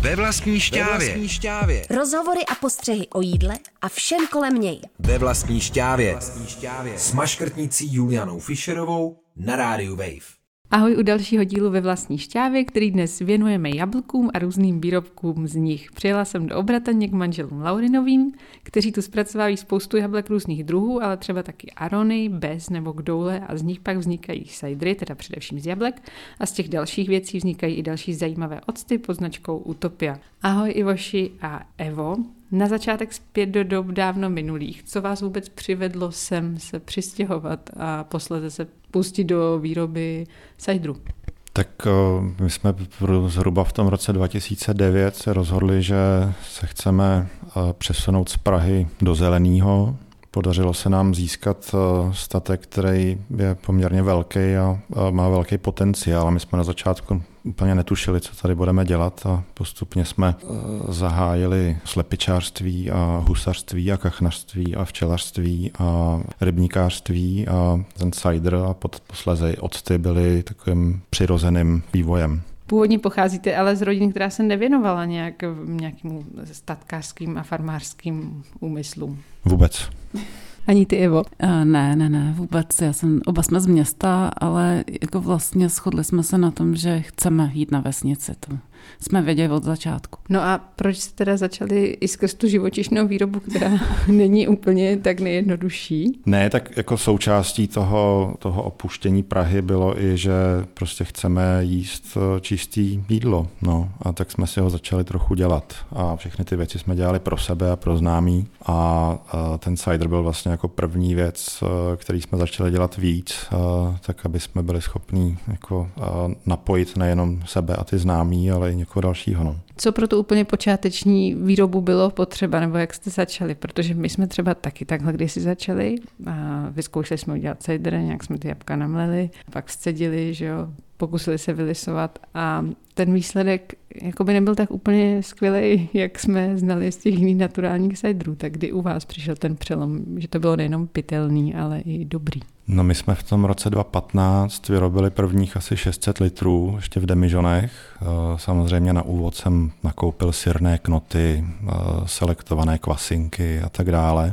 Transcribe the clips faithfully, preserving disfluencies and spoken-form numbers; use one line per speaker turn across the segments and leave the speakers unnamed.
Ve vlastní šťávě. Ve vlastní šťávě.
Rozhovory a postřehy o jídle a všem kolem něj.
Ve vlastní šťávě. Vlastní šťávě. S maškrtnicí Julianou Fischerovou na rádiu Wave.
Ahoj u dalšího dílu Ve vlastní šťávě, který dnes věnujeme jablkům a různým výrobkům z nich. Přijela jsem do Obrataně k manželům Laurinovým, kteří tu zpracovávají spoustu jablek různých druhů, ale třeba taky arony, bez nebo kdoule a z nich pak vznikají sajdry, teda především z jablek, a z těch dalších věcí vznikají i další zajímavé octy pod značkou Utopia. Ahoj Ivoši a Evo. Na začátek zpět do dob dávno minulých. Co vás vůbec přivedlo sem se přistěhovat a posledně se pustit do výroby sajdru?
Tak my jsme zhruba v tom roce dva tisíce devět se rozhodli, že se chceme přesunout z Prahy do Zeleného. Podařilo se nám získat statek, který je poměrně velký a má velký potenciál. A my jsme na začátku úplně netušili, co tady budeme dělat, a postupně jsme zahájili slepičářství a husařství a kachnařství a včelařství a rybníkářství a ten cider a posléze octy byly takovým přirozeným vývojem.
Původně pocházíte ale z rodiny, která se nevěnovala nějak, nějakým statkářským a farmářským úmyslům.
Vůbec.
Ani ty, Evo?
Uh, ne, ne, ne, vůbec. Já jsem, oba jsme z města, ale jako vlastně shodli jsme se na tom, že chceme jít na vesnici. To jsme věděli od začátku.
No a proč jste teda začali i skrz tu živočišnou výrobu, která není úplně tak nejjednodušší?
Ne, tak jako součástí toho, toho opuštění Prahy bylo i, že prostě chceme jíst čistý jídlo. No, a tak jsme si ho začali trochu dělat. A všechny ty věci jsme dělali pro sebe a pro známí. A, a ten cider byl vlastně jako první věc, který jsme začali dělat víc, tak aby jsme byli schopní jako napojit nejenom sebe a ty známí, ale i někoho dalšího. No.
Co pro tu úplně počáteční výrobu bylo potřeba, nebo jak jste začali? Protože my jsme třeba taky takhle kdysi začali a vyzkoušeli jsme udělat cider, nějak jsme ty jabka namleli, pak vzcedili, že jo, pokusili se vylisovat a ten výsledek jakoby nebyl tak úplně skvělý, jak jsme znali z těch jiných naturálních ciderů. Tak kdy u vás přišel ten přelom, že to bylo nejenom pitelný, ale i dobrý?
No my jsme v tom roce dva tisíce patnáct vyrobili prvních asi šest set litrů, ještě v demižonech. Samozřejmě na úvod jsem nakoupil syrné knoty, selektované kvasinky a tak dále.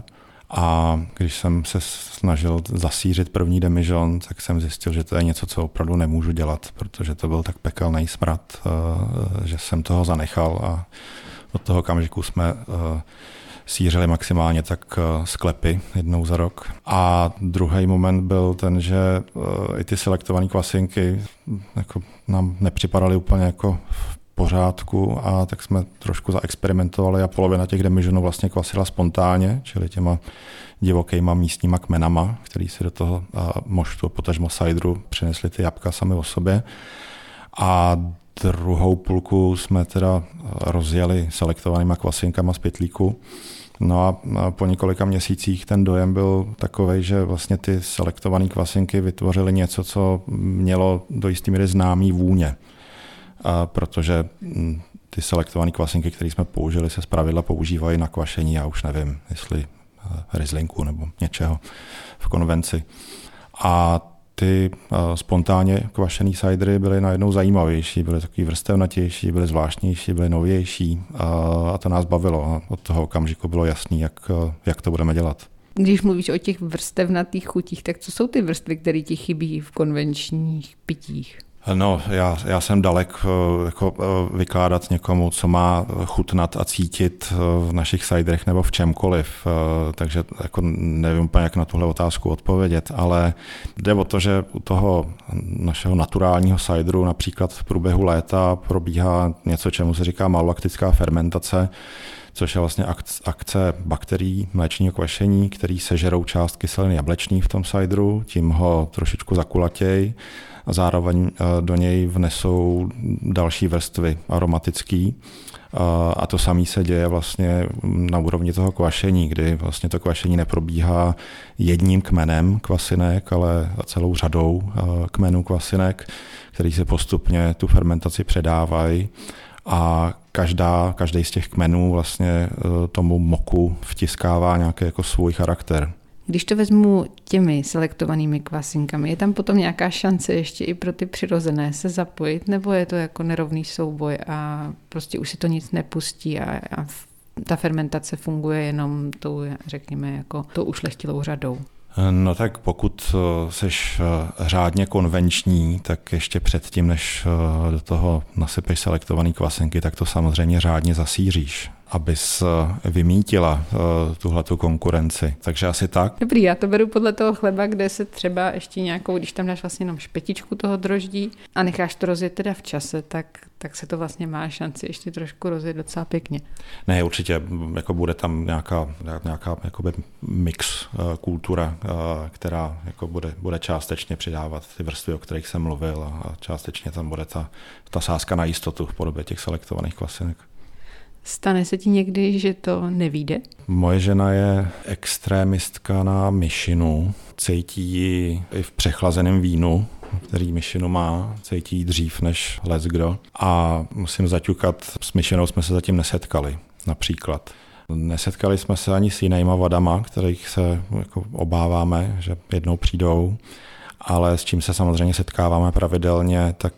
A když jsem se snažil zasířit první demižon, tak jsem zjistil, že to je něco, co opravdu nemůžu dělat, protože to byl tak pekelný smrad, že jsem toho zanechal a od toho okamžiku jsme sířili maximálně tak sklepy jednou za rok. A druhý moment byl ten, že i ty selektované kvasinky jako nám nepřipadaly úplně jako v pořádku, a tak jsme trošku zaexperimentovali a polovina těch demižonů vlastně kvasila spontánně, čili těma divokýma místníma kmenama, který si do toho moštu, potažmo cideru přinesli ty jabka sami o sobě. A druhou půlku jsme teda rozjeli selektovanýma kvasinkama z pytlíku. No a po několika měsících ten dojem byl takovej, že vlastně ty selektované kvasinky vytvořily něco, co mělo do jistý míry známý vůně. A protože ty selektované kvasinky, které jsme použili, se zpravidla používají na kvašení, já už nevím, jestli ryzlinku nebo něčeho v konvenci. A ty spontánně kvašený cidery byly najednou zajímavější, byly takový vrstevnatější, byly zvláštnější, byly novější a to nás bavilo. A od toho okamžiku bylo jasný, jak, jak to budeme dělat.
Když mluvíš o těch vrstevnatých chutích, tak co jsou ty vrstvy, které ti chybí v konvenčních pitích?
No, já, já jsem dalek jako, vykládat někomu, co má chutnat a cítit v našich ciderech nebo v čemkoliv, takže jako nevím úplně, jak na tuhle otázku odpovědět, ale jde o to, že u toho našeho naturálního cideru například v průběhu léta probíhá něco, čemu se říká malolaktická fermentace, což je vlastně akce bakterií mléčního kvašení, který sežerou část kyseliny jablečný v tom cideru, tím ho trošičku zakulatěj a zároveň do něj vnesou další vrstvy aromatický. A to samé se děje vlastně na úrovni toho kvašení, kdy vlastně to kvašení neprobíhá jedním kmenem kvasinek, ale celou řadou kmenů kvasinek, který se postupně tu fermentaci předávají. A každá, každý z těch kmenů vlastně tomu moku vtiskává nějaký jako svůj charakter.
Když to vezmu těmi selektovanými kvasinkami, je tam potom nějaká šance ještě i pro ty přirozené se zapojit, nebo je to jako nerovný souboj a prostě už si to nic nepustí a, a ta fermentace funguje jenom tou, řekněme, jako tou ušlechtilou řadou?
No tak pokud seš řádně konvenční, tak ještě předtím, než do toho nasypeš selektovaný kvasinky, tak to samozřejmě řádně zasíříš, abys vymítila tuhletu konkurenci. Takže asi tak.
Dobrý, já to beru podle toho chleba, kde se třeba ještě nějakou, když tam dáš vlastně jenom špetičku toho droždí a necháš to rozjet teda v čase, tak, tak se to vlastně má šanci ještě trošku rozjet docela pěkně.
Ne, určitě jako bude tam nějaká, nějaká jakoby mix kultura, která jako bude, bude částečně přidávat ty vrstvy, o kterých jsem mluvil, a částečně tam bude ta, ta sázka na jistotu v podobě těch selektovaných kvasinek.
Stane se ti někdy, že to nevyjde? Moje
žena je extrémistka na myšinu, cítí ji i v přechlazeném vínu, který myšinu má, cítí ji dřív než leckdo. A musím zaťukat, s myšinou jsme se zatím nesetkali, například. Nesetkali jsme se ani s jinýma vadama, kterých se jako obáváme, že jednou přijdou. Ale s čím se samozřejmě setkáváme pravidelně, tak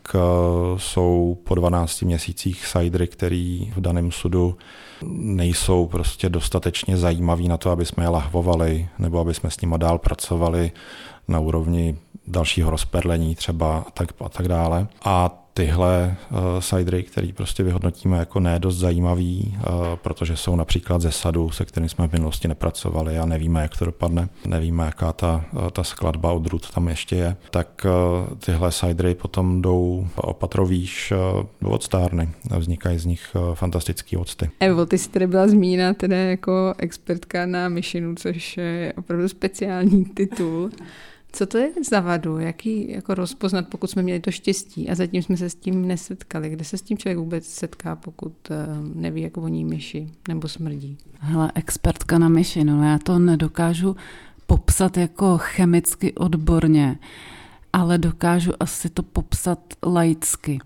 jsou po dvanácti měsících sajdry, který v daném sudu nejsou prostě dostatečně zajímaví na to, aby jsme je lahvovali, nebo aby jsme s nima dál pracovali na úrovni dalšího rozperlení třeba a tak, a tak dále. A tyhle uh, sajdry, který prostě vyhodnotíme jako ne dost zajímavý, uh, protože jsou například ze sadu, se kterým jsme v minulosti nepracovali a nevíme, jak to dopadne, nevíme, jaká ta, uh, ta skladba odrůd tam ještě je, tak uh, tyhle sajdry potom jdou opatro výš uh, do odstárny a vznikají z nich uh, fantastický octy.
Evo, ty jsi tedy byla zmíněna teda jako expertka na myšinu, což je opravdu speciální titul. Co to je za vadu? Jak ji jako rozpoznat, pokud jsme měli to štěstí a zatím jsme se s tím nesetkali? Kde se s tím člověk vůbec setká, pokud neví, jak voní myši nebo smrdí?
Hele, expertka na myši, no já to nedokážu popsat jako chemicky odborně, ale dokážu asi to popsat laicky.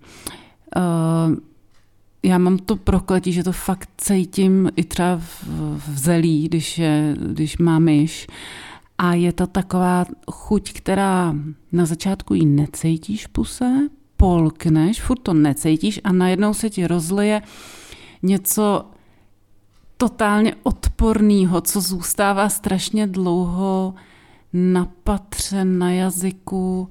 Uh, já mám to prokletí, že to fakt cítím i třeba v, v zelí, když, je, když má myš. A je to taková chuť, která na začátku ji necítíš v puse, polkneš, furt to necítíš a najednou se ti rozlije něco totálně odporného, co zůstává strašně dlouho na patře, na jazyku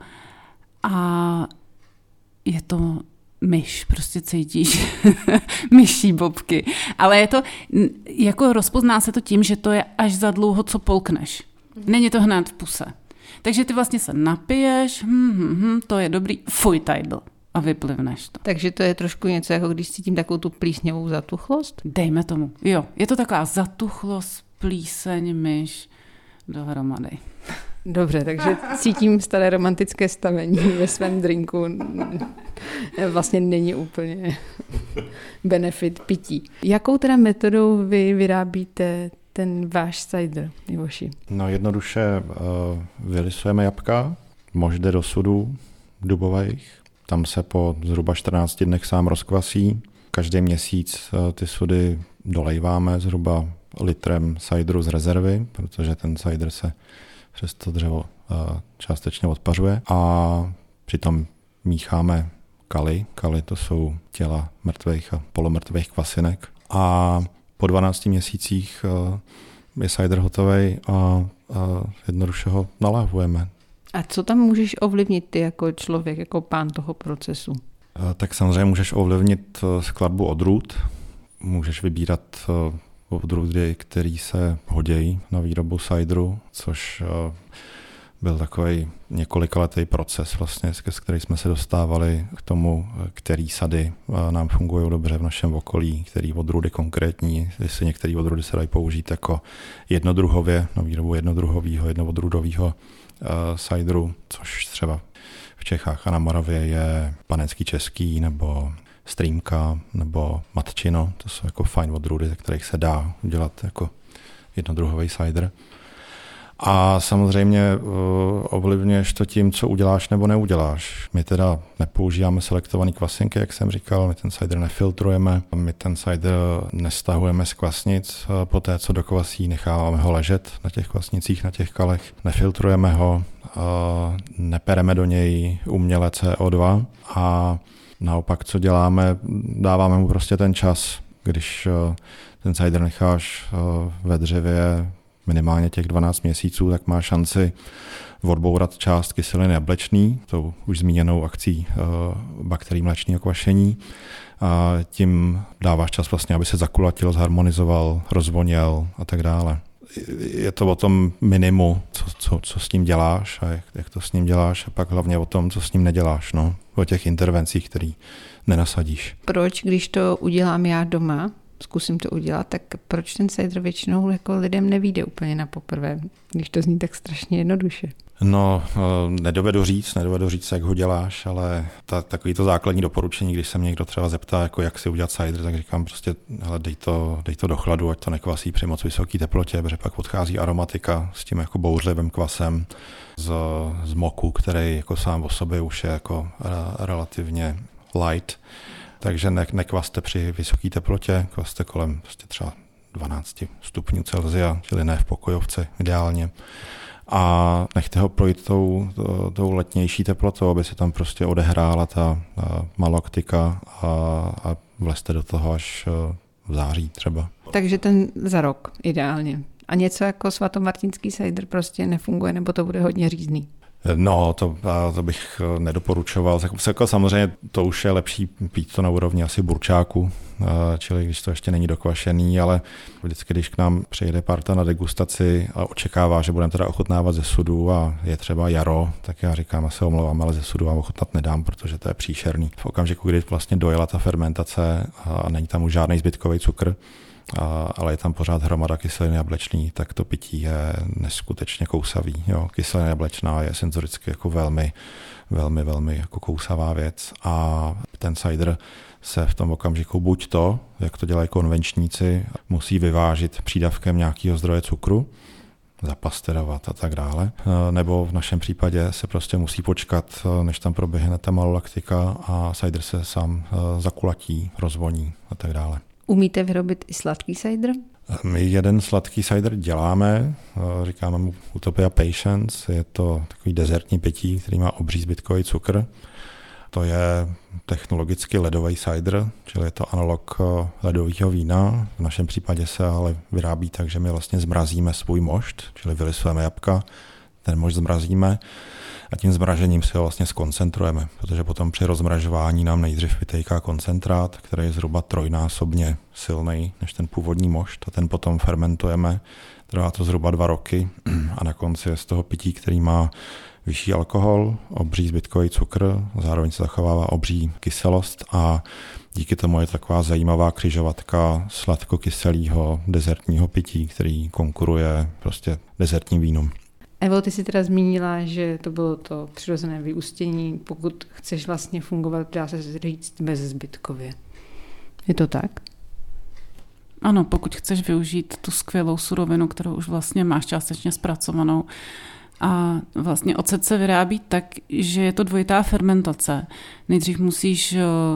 a je to myš, prostě cítíš myší bobky. Ale je to, jako rozpozná se to tím, že to je až za dlouho, co polkneš. Není to hned v puse. Takže ty vlastně se napiješ, hm, hm, hm, to je dobrý, fuj, tady byl. A vyplivneš to.
Takže to je trošku něco, jako když cítím takovou tu plísňovou zatuchlost?
Dejme tomu. Jo, je to taková zatuchlost, plíseň, myš dohromady.
Dobře, takže cítím staré romantické stavení ve svém drinku. Vlastně není úplně benefit pití. Jakou teda metodou vy vyrábíte ten váš cider, Ivoši?
No jednoduše uh, vylisujeme jabka, možde do sudů dubových, tam se po zhruba čtrnácti dnech sám rozkvasí. Každý měsíc uh, ty sudy dolejváme zhruba litrem cideru z rezervy, protože ten cider se přes to dřevo uh, částečně odpařuje a přitom mícháme kaly. Kaly to jsou těla mrtvých a polomrtvých kvasinek a po dvanácti měsících je cider hotovej a, a jednoduše ho naláhujeme.
A co tam můžeš ovlivnit ty jako člověk, jako pán toho procesu?
Tak samozřejmě můžeš ovlivnit skladbu odrůd. Můžeš vybírat odrůdy, který se hodějí na výrobu cideru, což byl takový několikaletý proces, vlastně, s kterým jsme se dostávali k tomu, který sady nám fungují dobře v našem okolí, který odrůdy konkrétní, jestli některé odrůdy se dají použít jako jednodruhově na výrobu jednodruhového, jednoodrůdového uh, cideru, což třeba v Čechách a na Moravě je Panenský český nebo Strýmka nebo Matčino, to jsou jako fajn odrůdy, ze kterých se dá udělat jako jednodruhový cider. A samozřejmě ovlivňuješ to tím, co uděláš nebo neuděláš. My teda nepoužíváme selektovaný kvasinky, jak jsem říkal, my ten cider nefiltrujeme, my ten cider nestahujeme z kvasnic, poté co dokvasí, necháváme ho ležet na těch kvasnicích, na těch kalech, nefiltrujeme ho, nepereme do něj uměle C O dva a naopak, co děláme, dáváme mu prostě ten čas, když ten cider necháš ve dřevě minimálně těch dvanáct měsíců, tak má šanci odbourat část kyseliny jablečný, tou už zmíněnou akcí bakterií mléčného kvašení. A tím dáváš čas vlastně, aby se zakulatil, zharmonizoval, rozvoněl a tak dále. Je to o tom minimu, co, co, co s ním děláš a jak, jak to s ním děláš a pak hlavně o tom, co s ním neděláš, no, o těch intervencích, které nenasadíš.
Proč, když to udělám já doma, zkusím to udělat, tak proč ten cider většinou jako lidem nevyjde úplně na poprvé, když to zní tak strašně jednoduše?
No, nedovedu říct, nedovedu říct, jak ho děláš, ale ta, takový to základní doporučení, když se mě někdo třeba zeptá, jako jak si udělat cider, tak říkám prostě, hele, dej to, dej to do chladu, ať to nekvasí při moc vysoké teplotě, protože pak odchází aromatika s tím jako bouřlivým kvasem z, z moku, který jako sám o sobě už je jako relativně light. Takže ne, nekvaste při vysoké teplotě, kvaste kolem prostě třeba dvanáct stupňů Celsia, čili ne v pokojovce ideálně. A nechte ho projít tou, tou letnější teplotou, aby se tam prostě odehrála ta, ta malolaktika a, a vlezte do toho až v září třeba.
Takže ten za rok ideálně. A něco jako svatomartinský cider prostě nefunguje, nebo to bude hodně řízný?
No, to, to bych nedoporučoval. Jako samozřejmě to už je lepší pít to na úrovni asi burčáku, čili když to ještě není dokvašený, ale vždycky, když k nám přijede parta na degustaci a očekává, že budeme teda ochutnávat ze sudu a je třeba jaro, tak já říkám, já se omlouvám, ale ze sudu vám ochutnat nedám, protože to je příšerný. V okamžiku, kdy vlastně dojela ta fermentace a není tam už žádný zbytkový cukr, A, ale je tam pořád hromada kyseliny jablečný, tak to pití je neskutečně kousavý. Jo. Kyselina jablečná je senzoricky jako velmi, velmi, velmi jako kousavá věc a ten cider se v tom okamžiku buď to, jak to dělají konvenčníci, musí vyvážit přídavkem nějakého zdroje cukru, zapasterovat a tak dále, nebo v našem případě se prostě musí počkat, než tam proběhne ta malolaktika a cider se sám zakulatí, rozvoní a tak dále.
Umíte vyrobit i sladký cider?
My jeden sladký cider děláme, říkáme mu Utopia Patience, je to takový dezertní pití, který má obří zbytkový cukr. To je technologicky ledový cider, čili je to analog ledového vína. V našem případě se ale vyrábí tak, že my vlastně zmrazíme svůj mošt, čili vylisujeme jabka, ten mošt zmrazíme a tím zmražením si ho vlastně zkoncentrujeme, protože potom při rozmražování nám nejdřív vytejká koncentrát, který je zhruba trojnásobně silný než ten původní mošt a ten potom fermentujeme. Trvá to zhruba dva roky a na konci je z toho pití, který má vyšší alkohol, obří zbytkový cukr, zároveň se zachovává obří kyselost a díky tomu je taková zajímavá křižovatka sladkokyselého dezertního pití, který konkuruje prostě dezertním vínům.
Evo, ty jsi teda zmínila, že to bylo to přirozené vyústění, pokud chceš vlastně fungovat, dá se říct, bezzbytkově. Je to tak?
Ano, pokud chceš využít tu skvělou surovinu, kterou už vlastně máš částečně zpracovanou. A vlastně ocet se vyrábí tak, že je to dvojitá fermentace. Nejdřív musíš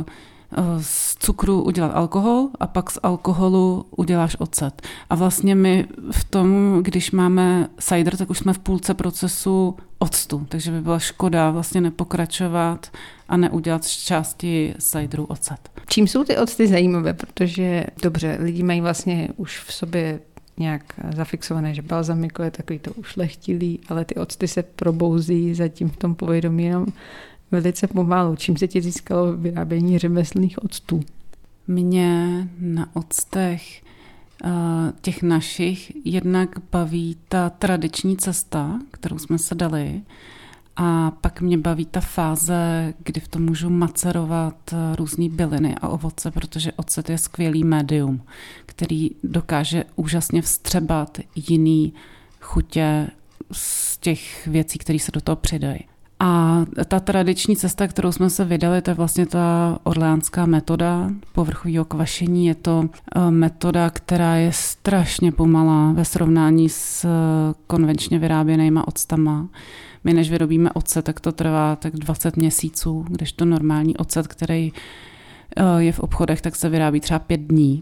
z cukru udělat alkohol a pak z alkoholu uděláš ocet. A vlastně my v tom, když máme cider, tak už jsme v půlce procesu octu, takže by byla škoda vlastně nepokračovat a neudělat z části cideru ocet.
Čím jsou ty octy zajímavé? Protože dobře, lidi mají vlastně už v sobě nějak zafixované, že balzamiko je takový to ušlechtilý, ale ty octy se probouzí zatím v tom povědomí jenom velice pomalu. Čím se ti získalo vyrábění řemeslných octů?
Mě na octech těch našich jednak baví ta tradiční cesta, kterou jsme se dali, a pak mě baví ta fáze, kdy v tom můžu macerovat různé byliny a ovoce, protože ocet je skvělý médium, který dokáže úžasně vstřebat jiný chutě z těch věcí, které se do toho přidají. A ta tradiční cesta, kterou jsme se vydali, to je vlastně ta orleánská metoda povrchového kvašení. Je to metoda, která je strašně pomalá ve srovnání s konvenčně vyráběnýma octama. My než vyrobíme ocet, tak to trvá tak dvacet měsíců, kdežto normální ocet, který je v obchodech, tak se vyrábí třeba pět dní.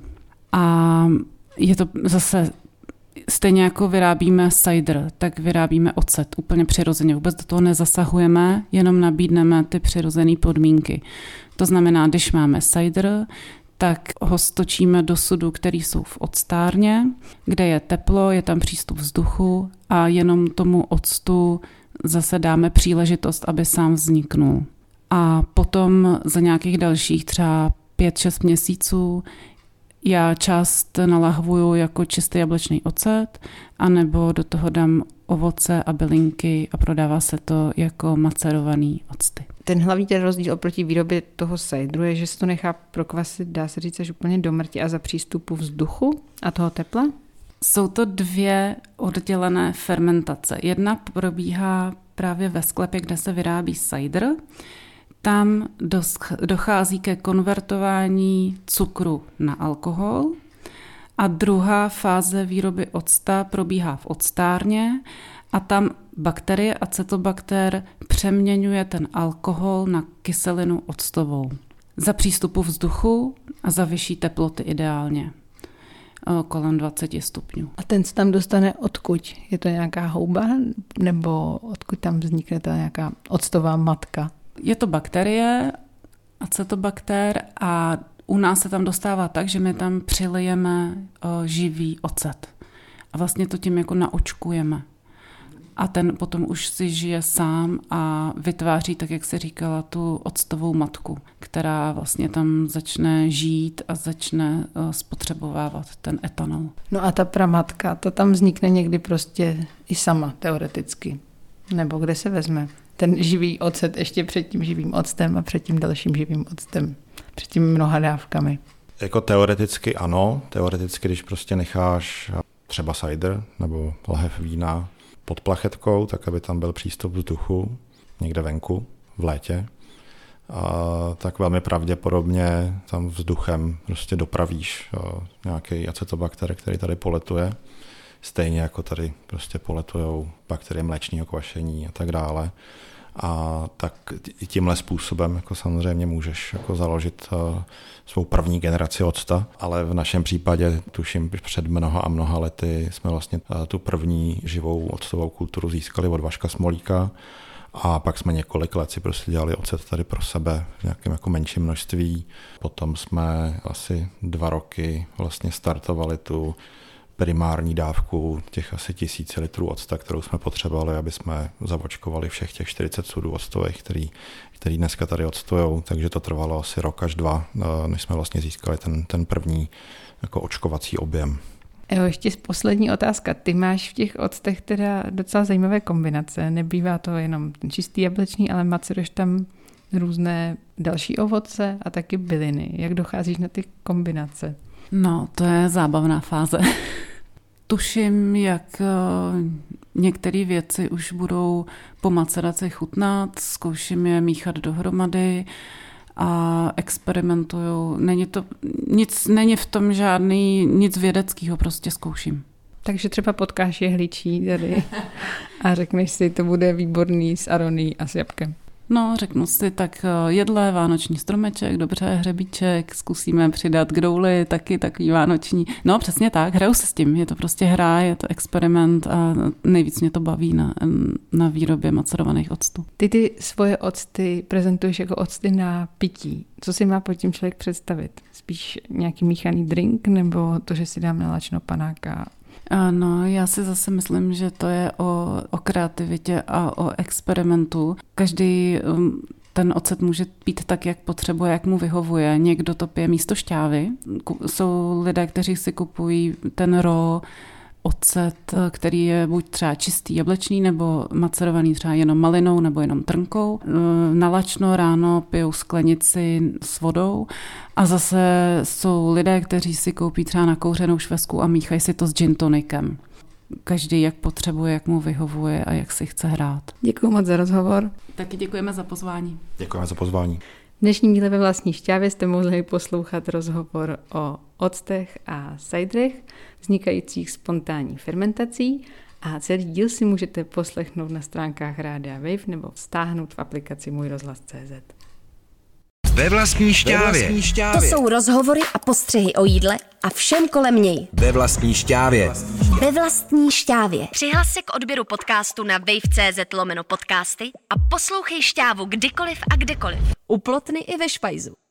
A je to zase stejně jako vyrábíme cider, tak vyrábíme ocet úplně přirozeně. Vůbec do toho nezasahujeme, jenom nabídneme ty přirozené podmínky. To znamená, když máme cider, tak ho stočíme do sudů, které jsou v octárně, kde je teplo, je tam přístup vzduchu a jenom tomu octu zase dáme příležitost, aby sám vzniknul. A potom za nějakých dalších třeba pět šest měsíců já část nalahvuju jako čistý jablečný ocet, anebo do toho dám ovoce a bylinky a prodává se to jako macerovaný octy.
Ten hlavní ten rozdíl oproti výrobě toho cideru je, že se to nechá prokvasit, dá se říct, až úplně do mrti a za přístupu vzduchu a toho tepla?
Jsou to dvě oddělené fermentace. Jedna probíhá právě ve sklepě, kde se vyrábí cider. Tam dochází ke konvertování cukru na alkohol a druhá fáze výroby octa probíhá v octárně a tam bakterie acetobakter přeměňuje ten alkohol na kyselinu octovou. Za přístupu vzduchu a za vyšší teploty ideálně. Kolem dvacet stupňů.
A ten se tam dostane odkud? Je to nějaká houba nebo odkud tam vznikne ta nějaká octová matka?
Je to bakterie, acetobakter a u nás se tam dostává tak, že my tam přilijeme živý ocet. A vlastně to tím jako naočkujeme. A ten potom už si žije sám a vytváří, tak jak se říkala, tu octovou matku, která vlastně tam začne žít a začne spotřebovávat ten etanol.
No a ta pramatka, to tam vznikne někdy prostě i sama, teoreticky. Nebo kde se vezme ten živý ocet ještě před tím živým octem a před tím dalším živým octem, před tím mnoha dávkami.
Jako teoreticky ano, teoreticky, když prostě necháš třeba cider nebo lahev vína pod plachetkou, tak aby tam byl přístup vzduchu někde venku v létě, a tak velmi pravděpodobně tam vzduchem prostě dopravíš nějaký acetobakter, který tady poletuje. Stejně jako tady prostě poletujou bakterie mléčního kvašení a tak dále. A tak i tímhle způsobem jako samozřejmě můžeš jako založit uh, svou první generaci octa, ale v našem případě, tuším, před mnoha a mnoha lety jsme vlastně uh, tu první živou octovou kulturu získali od Vaška Smolíka a pak jsme několik let si prostě dělali ocet tady pro sebe v nějakém jako menším množství. Potom jsme asi dva roky vlastně startovali tu primární dávku těch asi tisíce litrů octa, kterou jsme potřebovali, aby jsme zavočkovali všech těch čtyřicet sudů octových, který, který dneska tady octujou, takže to trvalo asi rok až dva, než jsme vlastně získali ten, ten první jako očkovací objem.
Jo, ještě poslední otázka. Ty máš v těch octech teda docela zajímavé kombinace. Nebývá to jenom ten čistý jablečný, ale maceruješ tam různé další ovoce a taky byliny. Jak docházíš na ty kombinace?
No, to je zábavná fáze. Tuším, jak některé věci už budou po maceraci chutnat, zkouším je míchat dohromady a experimentuju. Není to, nic, není v tom žádný, nic vědeckého, prostě zkouším.
Takže třeba potkáš jehličí tady a řekneš si, to bude výborný s aroní a s jabkem.
No, řeknu si, tak jedle, vánoční stromeček, dobře, hřebíček, zkusíme přidat k douli, taky takový vánoční. No, přesně tak, hraju se s tím, je to prostě hra, je to experiment a nejvíc mě to baví na, na výrobě macerovaných octů.
Ty ty svoje octy prezentuješ jako octy na pití. Co si má pod tím člověk představit? Spíš nějaký míchaný drink, nebo to, že si dám nalačno panáka?
Ano, já si zase myslím, že to je o, o kreativitě a o experimentu. Každý um, ten ocet může pít tak, jak potřebuje, jak mu vyhovuje. Někdo to pije místo šťávy. Jsou lidé, kteří si kupují ten raw ocet, který je buď třeba čistý jablečný, nebo macerovaný třeba jenom malinou, nebo jenom trnkou. Nalačno ráno pijou sklenici s vodou a zase jsou lidé, kteří si koupí třeba nakouřenou švestku a míchají si to s gin tonicem. každý jak potřebuje, jak mu vyhovuje a jak si chce hrát.
Děkuji moc za rozhovor.
Taky děkujeme za pozvání.
Děkujeme za pozvání.
V dnešním díle Ve vlastní šťávě jste mohli poslouchat rozhovor o octech a ciderech vznikajících spontánní fermentací a celý díl si můžete poslechnout na stránkách Rádia Wave nebo stáhnout v aplikaci Můj rozhlas tečka cé zet.
Ve vlastní šťávě.
To jsou rozhovory a postřehy o jídle a všem kolem něj.
Ve vlastní šťávě.
Ve vlastní šťávě. Přihlas se k odběru podcastu na wave tečka cé zet lomeno podcasty a poslouchej šťávu kdykoliv a kdekoliv. U Plotny i ve Špajzu.